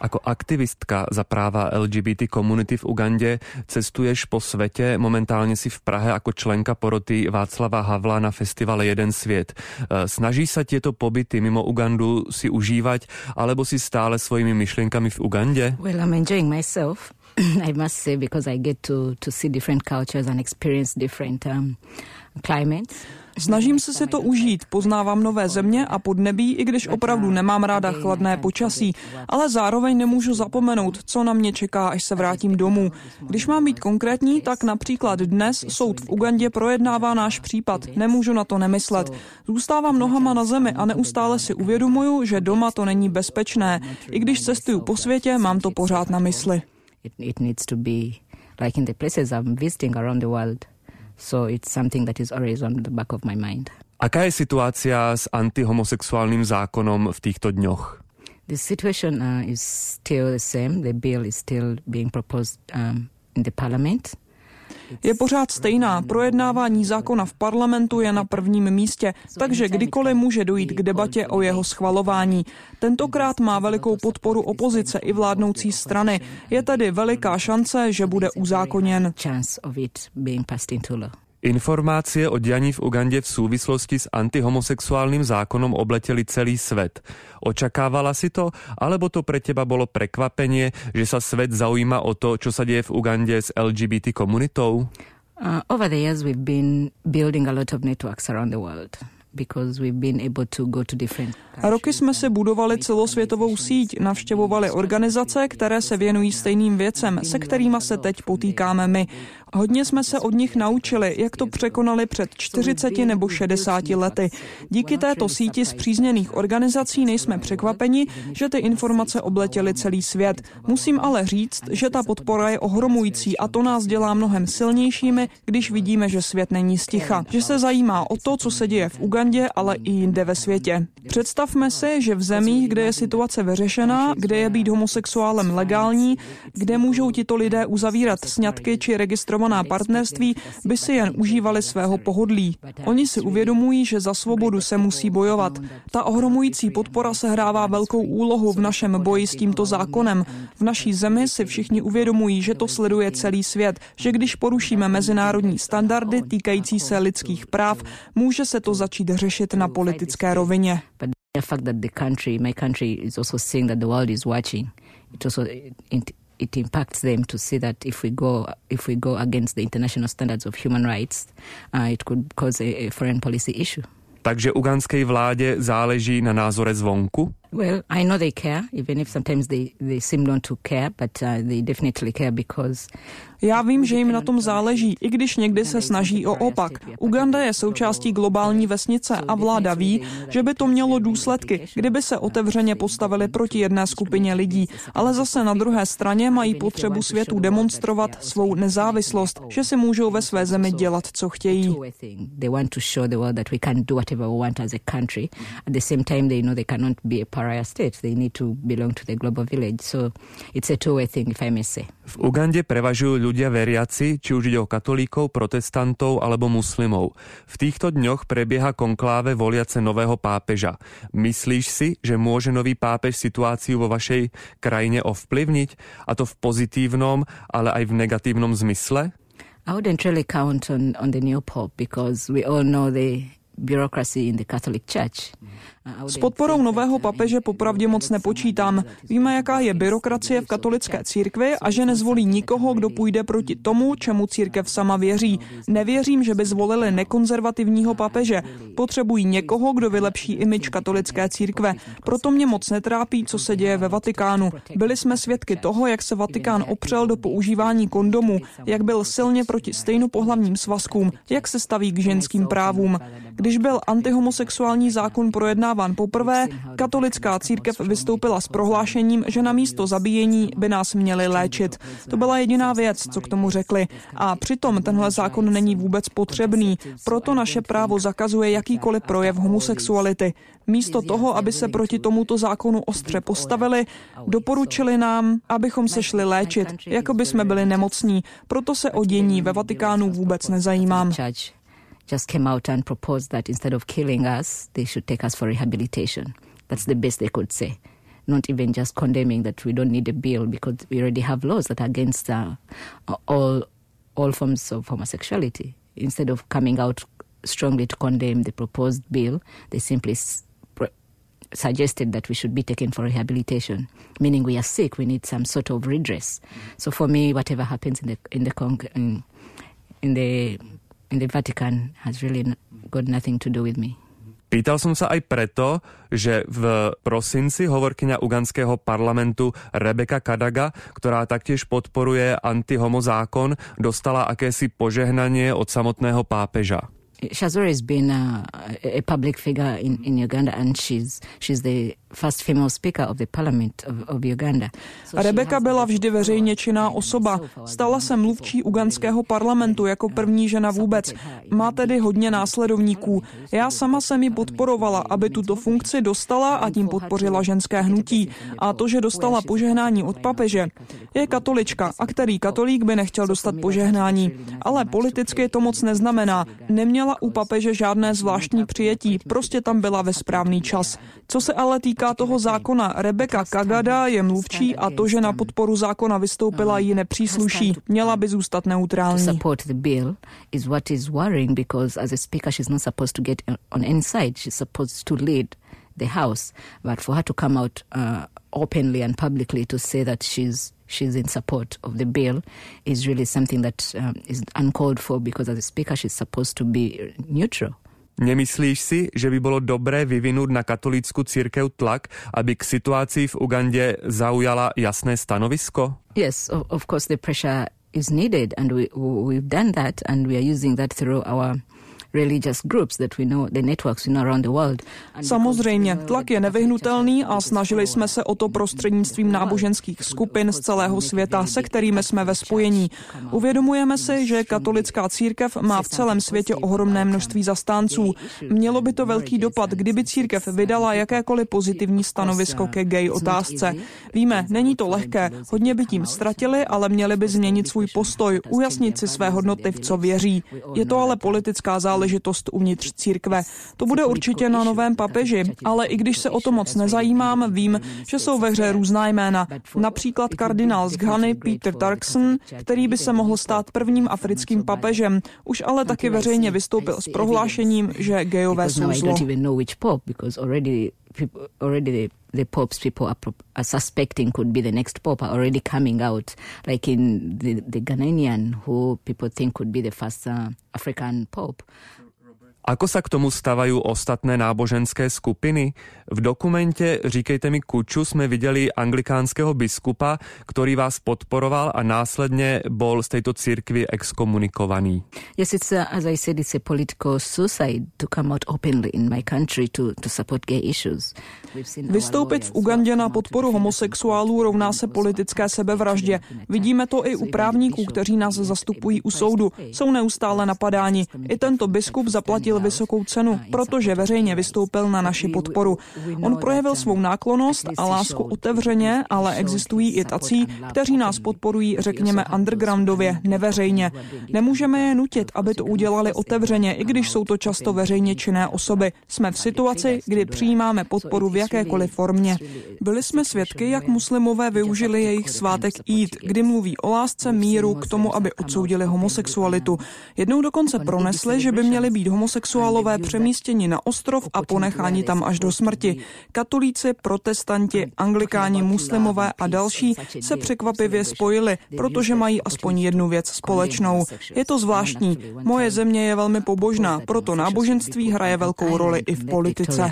Ako aktivistka za práva LGBT komunity v Ugande cestuješ po svete, momentálne si v Prahe ako členka poroty Václava Havla na festivale Jeden sviet. Snaží sa tieto pobyty mimo Ugandu si užívať, alebo si stále svojimi myšlienkami v Ugande? Well, I'm enjoying myself. I must say, because I get to see different cultures and experience different climates. Snažím se si to užít, poznávám nové země a podnebí, i když opravdu nemám ráda chladné počasí, ale zároveň nemůžu zapomenout, co na mě čeká, až se vrátím domů. Když mám být konkrétní, tak například dnes soud v Ugandě projednává náš případ, nemůžu na to nemyslet. Zůstávám nohama na zemi a neustále si uvědomuju, že doma to není bezpečné. I když cestuju po světě, mám to pořád na mysli. It needs to be like in the places I'm visiting around the world. So it's something that is always on the back of my mind. Aká je situácia s antihomosexuálnym zákonom v týchto dňoch? The situation is still the same. The bill is still being proposed in the parliament. Je pořád stejná. Projednávání zákona v parlamentu je na prvním místě, takže kdykoliv může dojít k debatě o jeho schvalování. Tentokrát má velikou podporu opozice i vládnoucí strany. Je tedy veliká šance, že bude uzákoněn. Informácie o dianí v Ugande v súvislosti s antihomosexuálnym zákonom obleteli celý svet. Očakávala si to, alebo to pre teba bolo prekvapenie, že sa svet zaujíma o to, čo sa deje v Ugande s LGBT komunitou? Over the years we've been building a lot of networks around the world. Roky jsme si budovali celosvětovou síť, navštěvovali organizace, které se věnují stejným věcem, se kterými se teď potýkáme my. Hodně jsme se od nich naučili, jak to překonali před 40 nebo 60 lety. Díky této síti spřízněných organizací nejsme překvapeni, že ty informace obletěly celý svět. Musím ale říct, že ta podpora je ohromující a to nás dělá mnohem silnějšími, když vidíme, že svět není sticha. Že se zajímá o to, co se děje v Ugandě, ale i jinde ve světě. Představme si, že v zemích, kde je situace vyřešená, kde je být homosexuálem legální, kde můžou tito lidé uzavírat sňatky či registrovaná partnerství, by si jen užívali svého pohodlí. Oni si uvědomují, že za svobodu se musí bojovat. Ta ohromující podpora sehrává velkou úlohu v našem boji s tímto zákonem. V naší zemi si všichni uvědomují, že to sleduje celý svět, že když porušíme mezinárodní standardy týkající se lidských práv, může se to začít řešit na politické rovině. The fact that my country is also seeing that the world is watching, it impacts them to see that if we go against the international standards of human rights, it could cause a foreign policy issue. Takže ugandskej vláde záleží na názore zvonku? Well, I know they care, even if sometimes they seem not to care, but they definitely care because... Já vím, že jim na tom záleží, i když někdy se snaží o opak. Uganda je součástí globální vesnice a vláda ví, že by to mělo důsledky, kdyby se otevřeně postavili proti jedné skupině lidí, ale zase na druhé straně mají potřebu světu demonstrovat svou nezávislost, že si můžou ve své zemi dělat, co chtějí. They want to show the world that we can do whatever we want as a country. At the same time they know they cannot be a pariah state. They need to belong to the global village. So it's a two-way thing, if I may say. V Ugande prevažujú ľudia veriaci, či už ide o katolíkov, protestantov alebo muslimov. V týchto dňoch prebieha konkláve voliace nového pápeža. Myslíš si, že môže nový pápež situáciu vo vašej krajine ovplyvniť? A to v pozitívnom, ale aj v negatívnom zmysle? I wouldn't really count on the new pope because we all know the bureaucracy in the Catholic Church. S podporou nového papeže popravdě moc nepočítám. Víme, jaká je byrokracie v katolické církvi a že nezvolí nikoho, kdo půjde proti tomu, čemu církev sama věří. Nevěřím, že by zvolili nekonzervativního papeže. Potřebují někoho, kdo vylepší image katolické církve. Proto mě moc netrápí, co se děje ve Vatikánu. Byli jsme svědky toho, jak se Vatikán opřel do používání kondomů, jak byl silně proti stejnopohlavním svazkům, jak se staví k ženským právům. Když byl antihomosexuální zákon projednáván poprvé, katolická církev vystoupila s prohlášením, že na místo zabíjení by nás měli léčit. To byla jediná věc, co k tomu řekli. A přitom tenhle zákon není vůbec potřebný, proto naše právo zakazuje jakýkoliv projev homosexuality. Místo toho, aby se proti tomuto zákonu ostře postavili, doporučili nám, abychom se šli léčit, jako by jsme byli nemocní. Proto se o dění ve Vatikánu vůbec nezajímám. Just came out and proposed that instead of killing us, they should take us for rehabilitation. That's the best they could say. not even just condemning that we don't need a bill because we already have laws that are against all forms of homosexuality. Instead of coming out strongly to condemn the proposed bill, they simply suggested that we should be taken for rehabilitation, meaning we are sick, we need some sort of redress. So for me, whatever happens in the Vatican has really got nothing to do with me. Pýtal som sa aj preto, že v prosinci hovorkyňa ugandského parlamentu Rebecca Kadaga, ktorá taktiež podporuje antihomo zákon, dostala akési požehnanie od samotného pápeža. She has always been a public figure in Uganda, and she's the first female speaker of the parliament of Uganda. Rebecca byla vždy veřejně činná osoba. Stala se mluvčí ugandského parlamentu jako první žena vůbec. Má tedy hodně následovníků. Já sama jsem ji podporovala, aby tuto funkci dostala a tím podpořila ženské hnutí. A to, že dostala požehnání od papeže. Je katolička a který katolík by nechtěl dostat požehnání. Ale politicky to moc neznamená. Neměla u papeže žádné zvláštní přijetí, prostě tam byla ve správný čas. Co se ale týká toho zákona, Rebecca Kagada je mluvčí a to, že na podporu zákona vystoupila, jí nepřísluší. Měla by zůstat neutrální. The House, but for her to come out openly and publicly to say that she's in support of the bill is really something that is uncalled for, because as a speaker she's supposed to be neutral. Nemyslíš si, že by bolo dobré vyvinúť na katolícku cirkev tlak, aby k situácii v Ugande zaujala jasné stanovisko? Yes, of course the pressure is needed, and we've done that, and we are using that through our religious groups that we know, the networks we know around the world. Samozřejmě, tlak je nevyhnutelný a snažili jsme se o to prostřednictvím náboženských skupin z celého světa, se kterými jsme ve spojení. Uvědomujeme si, že katolická církev má v celém světě ohromné množství zastánců. Mělo by to velký dopad, kdyby církev vydala jakékoliv pozitivní stanovisko ke gay otázce. Víme, není to lehké, hodně by tím ztratili, ale měli by změnit svůj postoj, ujasnit si své hodnoty, v co věří. Je to ale politická záležitost uvnitř církve. To bude určitě na novém papeži, ale i když se o to moc nezajímám, vím, že jsou ve hře různá jména. Například kardinál z Ghany Peter Turkson, který by se mohl stát prvním africkým papežem. Už ale taky veřejně vystoupil s prohlášením, že gayové jsou zlo. Already the popes people are suspecting could be the next pope are already coming out, like in the Ghanaian, who people think could be the first African pope. Ako sa k tomu stavajú ostatné náboženské skupiny? V dokumente Říkejte mi Kuču sme videli anglikánskeho biskupa, ktorý vás podporoval a následne bol z tejto cirkvi exkomunikovaný. Yes, it's as I said, it's a political suicide to come out openly in my country to support gay issues. Vystoupit v Ugandě na podporu homosexuálů rovná se politické sebevraždě. Vidíme to i u právníků, kteří nás zastupují u soudu. Jsou neustále napadáni. I tento biskup zaplatil vysokou cenu, protože veřejně vystoupil na naši podporu. On projevil svou náklonnost a lásku otevřeně, ale existují i tací, kteří nás podporují, řekněme, undergroundově, neveřejně. Nemůžeme je nutit, aby to udělali otevřeně, i když jsou to často veřejně činné osoby. Jsme v situaci, kdy přijímáme podporu v jakékoliv formě. Byli jsme svědky, jak muslimové využili jejich svátek Eid, kdy mluví o lásce, míru, k tomu, aby odsoudili homosexualitu. Jednou dokonce pronesli, že by měli být homosexuálové přemístěni na ostrov a ponecháni tam až do smrti. Katolíci, protestanti, anglikáni, muslimové a další se překvapivě spojili, protože mají aspoň jednu věc společnou. Je to zvláštní. Moje země je velmi pobožná, proto náboženství hraje velkou roli i v politice.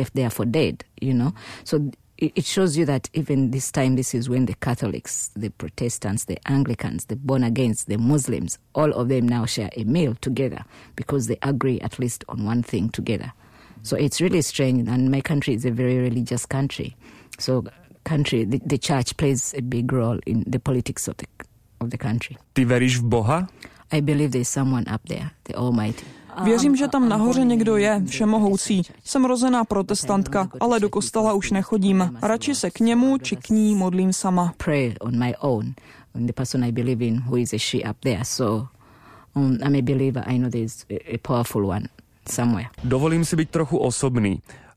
It shows you that even this time, this is when the Catholics, the Protestants, the Anglicans, the born-agains, the Muslims, all of them now share a meal together because they agree at least on one thing together. So it's really strange, and my country is a very religious country. So the church plays a big role in the politics of the country. Ty veríš v Boha? I believe there's someone up there, the Almighty. Věřím, že tam nahoře někdo je, všemohoucí. Jsem rozená protestantka, ale do kostela už nechodím. Radši se k němu či k ní modlím sama. Pray on my own, on the person I believe in, who is a she up there. So I'm a believer. I know there's a powerful one somewhere. Dovolím si byť trochu osobný.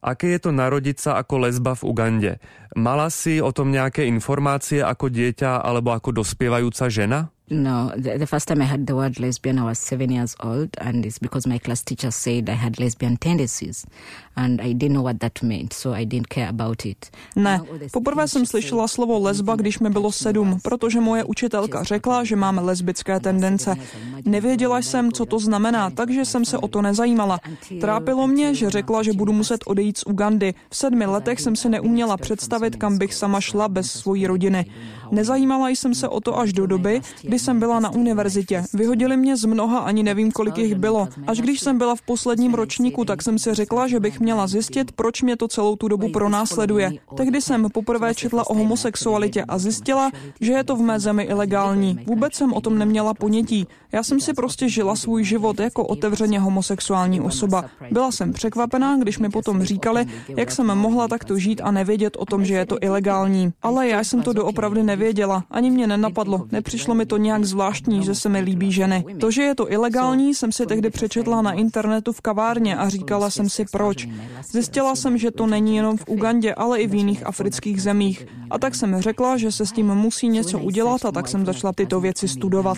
Aké je to narodiť sa ako lesba v Ugande? Mala si o tom nejaké informácie ako dieťa alebo ako dospievajúca žena? No, the first time I heard the word lesbian, I was 7 years old, and it's because my class teacher said I had lesbian tendencies, and I didn't know what that meant, so I didn't care about it. Ne, poprvé jsem slyšela slovo lesba, když mi bylo 7, protože moje učitelka řekla, že máme lesbické tendence. Nevěděla jsem, co to znamená, takže jsem se o to nezajímala. Trápilo mě, že řekla, že budu muset odejít z Ugandy. V 7 letech jsem si neuměla představit, kam bych sama šla bez svojí rodiny. Nezajímala jsem se o to až do doby, kdy jsem byla na univerzitě. Vyhodili mě z mnoha, ani nevím, kolik jich bylo. Až když jsem byla v posledním ročníku, tak jsem si řekla, že bych měla zjistit, proč mě to celou tu dobu pronásleduje. Tehdy jsem poprvé četla o homosexualitě a zjistila, že je to v mé zemi ilegální. Vůbec jsem o tom neměla ponětí. Já jsem si prostě žila svůj život jako otevřeně homosexuální osoba. Byla jsem překvapená, když mi potom říkali, jak jsem mohla takto žít a nevědět o tom, že je to ilegální. Ale já jsem to doopravdy nevěděla. Ani mě nenapadlo. Nepřišlo mi to nějak zvláštní, že se mi líbí ženy. To, že je to ilegální, jsem si tehdy přečetla na internetu v kavárně a říkala jsem si proč. Zjistila jsem, že to není jenom v Ugandě, ale i v jiných afrických zemích. A tak jsem řekla, že se s tím musí něco udělat, a tak jsem začala tyto věci studovat.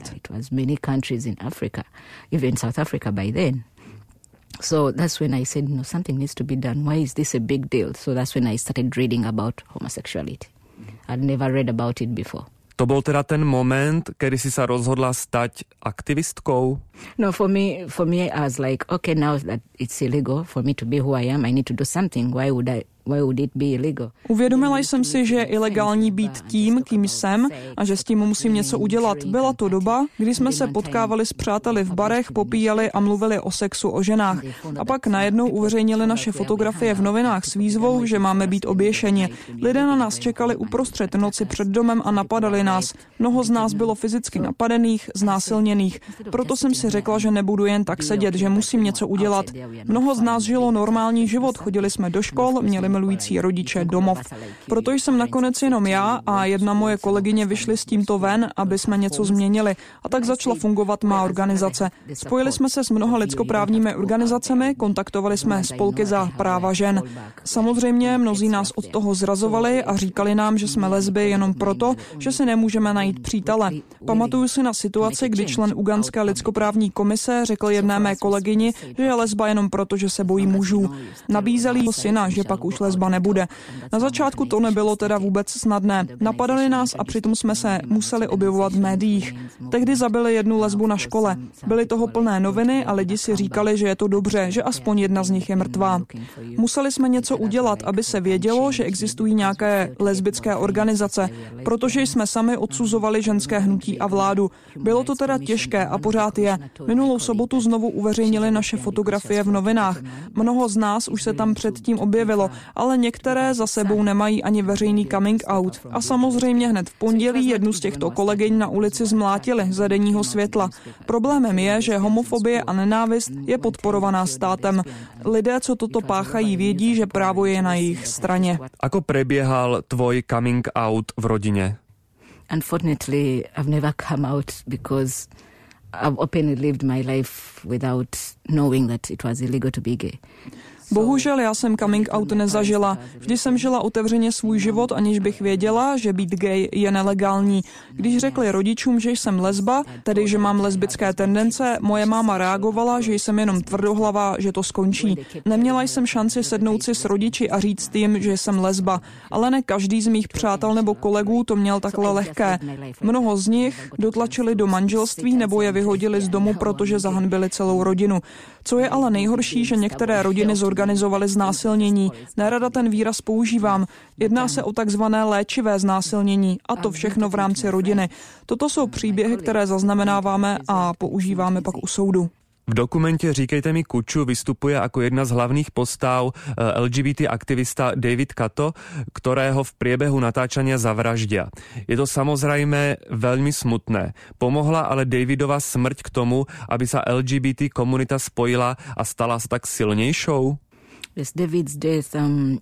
So that's when I said, no, something needs to be done. Why is this a big deal? So that's when I started reading about homosexuality. I'd never read about it before. To bol teda ten moment, kedy si sa rozhodla stať aktivistkou? No, for me, I was like, okay, now that it's illegal for me to be who I am, I need to do something. Why would it be illegal? Uvědomila jsem si, že je ilegální být tím, kým jsem, a že s tím musím něco udělat. Byla to doba, kdy jsme se potkávali s přáteli v barech, popíjeli a mluvili o sexu, o ženách. A pak najednou uveřejnili naše fotografie v novinách s výzvou, že máme být oběšeni. Lidé na nás čekali uprostřed noci před domem a napadali nás. Mnoho z nás bylo fyzicky napadených, znásilněných. Proto jsem si řekla, že nebudu jen tak sedět, že musím něco udělat. Mnoho z nás žilo normální život, chodili jsme do škol, měli milující rodiče, domov. Proto jsem nakonec jenom já a jedna moje kolegyně vyšli s tímto ven, aby jsme něco změnili. A tak začala fungovat má organizace. Spojili jsme se s mnoha lidskoprávními organizacemi, kontaktovali jsme spolky za práva žen. Samozřejmě mnozí nás od toho zrazovali a říkali nám, že jsme lesby jenom proto, že si nemůžeme najít přítele. Pamatuju si na situaci, kdy člen ugandské lidskoprávní komise řekl jedné mé kolegyni, že je lesba jenom proto, že se bojí mužů. Nabízeli jí syna, že pak už lesba nebude. Na začátku to nebylo teda vůbec snadné. Napadali nás a přitom jsme se museli objevovat v médiích. Tehdy zabili jednu lesbu na škole. Byly toho plné noviny a lidi si říkali, že je to dobře, že aspoň jedna z nich je mrtvá. Museli jsme něco udělat, aby se vědělo, že existují nějaké lesbické organizace, protože jsme sami odsuzovali ženské hnutí a vládu. Bylo to teda těžké a pořád je. Minulou sobotu znovu uveřejnili naše fotografie v novinách. Mnoho z nás už se tam předtím objevilo, ale některé za sebou nemají ani veřejný coming out. A samozřejmě hned v pondělí jednu z těchto kolegyň na ulici zmlátili za denního světla. Problémem je, že homofobie a nenávist je podporovaná státem. Lidé, co toto páchají, vědí, že právo je na jejich straně. Ako prebiehal tvoj coming out v rodine? Unfortunately, I've never come out because I've openly lived my life without knowing that it was illegal to be gay. Bohužel já jsem coming out nezažila. Vždy jsem žila otevřeně svůj život, aniž bych věděla, že být gay je nelegální. Když řekli rodičům, že jsem lesba, tedy že mám lesbické tendence, moje máma reagovala, že jsem jenom tvrdohlavá, že to skončí. Neměla jsem šanci sednout si s rodiči a říct jim, že jsem lesba, ale ne každý z mých přátel nebo kolegů to měl takhle lehké. Mnoho z nich dotlačili do manželství nebo je vyhodili z domu, protože zahanbili celou rodinu. Co je ale nejhorší, že některé rodiny zorganizovaly znásilnění. Nerada ten výraz používám. Jedná se o takzvané léčivé znásilnění, a to všechno v rámci rodiny. Toto jsou příběhy, které zaznamenáváme a používáme pak u soudu. V dokumente Říkejte mi Kuču vystupuje ako jedna z hlavných postav LGBT aktivista David Kato, ktorého v priebehu natáčania zavraždia. Je to samozrejme veľmi smutné. Pomohla ale Davidova smrť k tomu, aby sa LGBT komunita spojila a stala sa tak silnejšou? Yes, David's death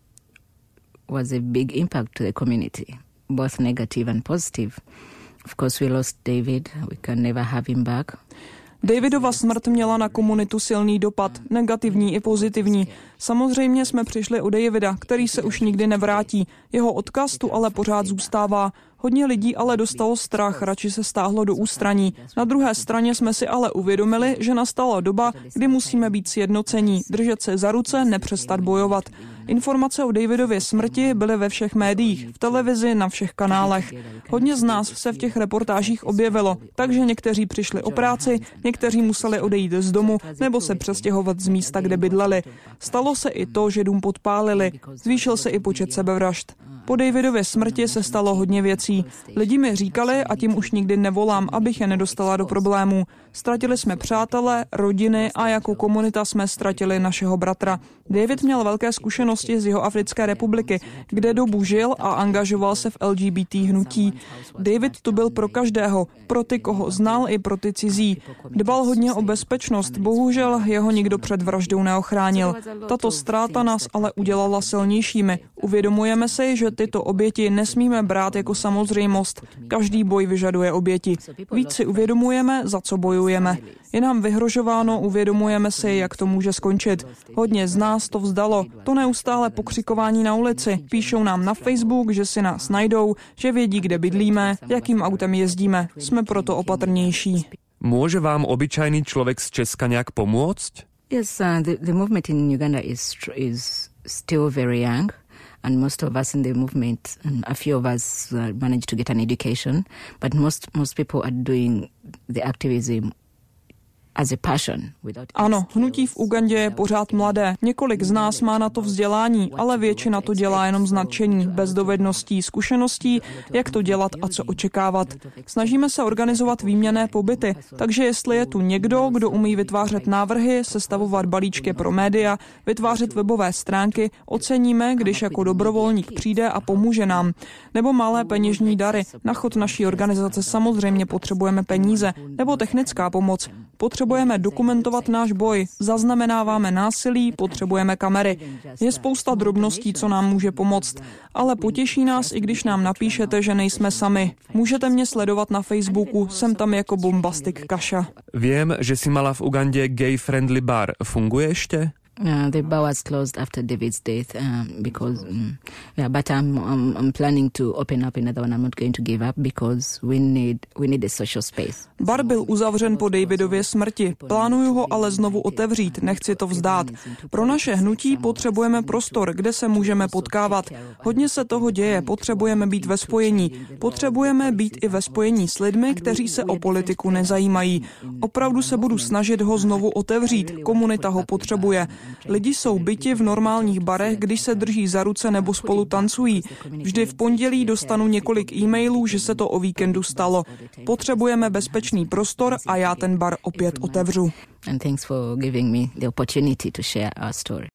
was a big impact to the community, both negative and positive. Of course, we lost David. We can never have him back. Davidova smrt měla na komunitu silný dopad, negativní i pozitivní. Samozřejmě jsme přišli o Davida, který se už nikdy nevrátí. Jeho odkaz tu ale pořád zůstává. Hodně lidí ale dostalo strach, radši se stáhlo do ústraní. Na druhé straně jsme si ale uvědomili, že nastala doba, kdy musíme být sjednocení, držet se za ruce, nepřestat bojovat. Informace o Davidově smrti byly ve všech médiích, v televizi, na všech kanálech. Hodně z nás se v těch reportážích objevilo, takže někteří přišli o práci, někteří museli odejít z domu nebo se přestěhovat z místa, kde bydleli. Stalo se i to, že dům podpálili, zvýšil se i počet sebevražd. Po Davidově smrti se stalo hodně věcí. Lidi mi říkali, a tím už nikdy nevolám, abych je nedostala do problémů. Ztratili jsme přátele, rodiny a jako komunita jsme ztratili našeho bratra. David měl velké zkušenosti z Jihoafrické republiky, kde dobu žil a angažoval se v LGBT hnutí. David tu byl pro každého, pro ty, koho znal, i pro ty cizí. Dbal hodně o bezpečnost, bohužel jeho nikdo před vraždou neochránil. Tato ztráta nás ale udělala silnějšími. Uvědomujeme si, že tyto oběti nesmíme brát jako samozřejmost. Každý boj vyžaduje oběti. Víc si uvědomujeme, za co bojujeme. Je nám vyhrožováno, uvědomujeme si, jak to může skončit. Hodně z nás to vzdalo. To neustále pokřikování na ulici. Píšou nám na Facebook, že si nás najdou, že vědí, kde bydlíme, jakým autem jezdíme. Jsme proto opatrnější. Může vám obyčajný člověk z Česka nějak pomoct? Yes, the movement in Uganda is still very young. And most of us in the movement, a few of us managed to get an education, but most people are doing the activism as a passion. Ano, hnutí v Ugandě je pořád mladé. Několik z nás má na to vzdělání, ale většina to dělá jenom z nadšení, bez dovedností, zkušeností, jak to dělat a co očekávat. Snažíme se organizovat výměnné pobyty, takže jestli je tu někdo, kdo umí vytvářet návrhy, sestavovat balíčky pro média, vytvářet webové stránky, oceníme, když jako dobrovolník přijde a pomůže nám. Nebo malé peněžní dary. Na chod naší organizace samozřejmě potřebujeme peníze, nebo technická pomoc. Potřebujeme dokumentovat náš boj, zaznamenáváme násilí, potřebujeme kamery. Je spousta drobností, co nám může pomoct, ale potěší nás, i když nám napíšete, že nejsme sami. Můžete mě sledovat na Facebooku, jsem tam jako Bombastic Kaša. Vím, že si mala v Ugandě gay-friendly bar. Funguje ještě? The bar was closed after David's death because, but I'm planning to open up another one. I'm not going to give up because we need a social space. Bar byl uzavřen po Davidově smrti. Plánuju ho ale znovu otevřít, nechci to vzdát. Pro naše hnutí potřebujeme prostor, kde se můžeme potkávat. Hodně se toho děje, potřebujeme být ve spojení. Potřebujeme být i ve spojení s lidmi, kteří se o politiku nezajímají. Opravdu se budu snažit ho znovu otevřít, komunita ho potřebuje. Lidi jsou byti v normálních barech, když se drží za ruce nebo spolu tancují. Vždy v pondělí dostanu několik e-mailů, že se to o víkendu stalo. Potřebujeme bezpečný prostor a já ten bar opět otevřu. And thanks for giving me the opportunity to share our story.